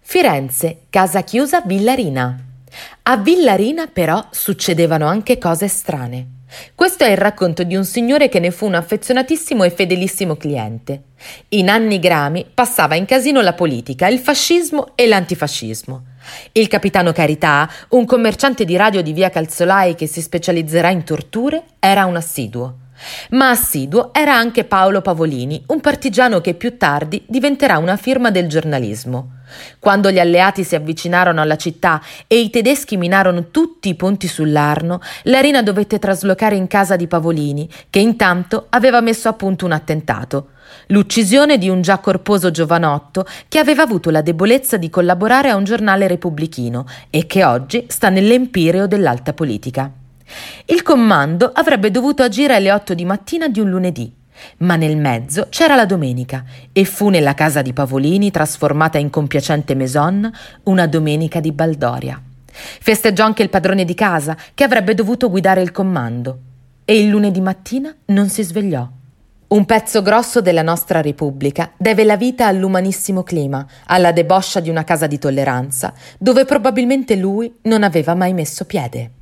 Firenze, casa chiusa Villarina. A Villarina però succedevano anche cose strane. Questo è il racconto di un signore che ne fu un affezionatissimo e fedelissimo cliente. In anni grami passava in casino la politica, il fascismo e l'antifascismo. Il capitano Carità, un commerciante di radio di via Calzolai che si specializzerà in torture, era un assiduo. Ma assiduo era anche Paolo Pavolini, un partigiano che più tardi diventerà una firma del giornalismo. Quando gli alleati si avvicinarono alla città e i tedeschi minarono tutti i ponti sull'Arno, Larina dovette traslocare in casa di Pavolini, che intanto aveva messo a punto un attentato. L'uccisione di un già corposo giovanotto che aveva avuto la debolezza di collaborare a un giornale repubblichino e che oggi sta nell'empireo dell'alta politica. Il comando avrebbe dovuto agire alle 8 di mattina di un lunedì, ma nel mezzo c'era la domenica e fu nella casa di Pavolini, trasformata in compiacente maison, una domenica di baldoria. Festeggiò anche il padrone di casa, che avrebbe dovuto guidare il comando, e il lunedì mattina non si svegliò. Un pezzo grosso della nostra Repubblica deve la vita all'umanissimo clima, alla deboscia di una casa di tolleranza, dove probabilmente lui non aveva mai messo piede.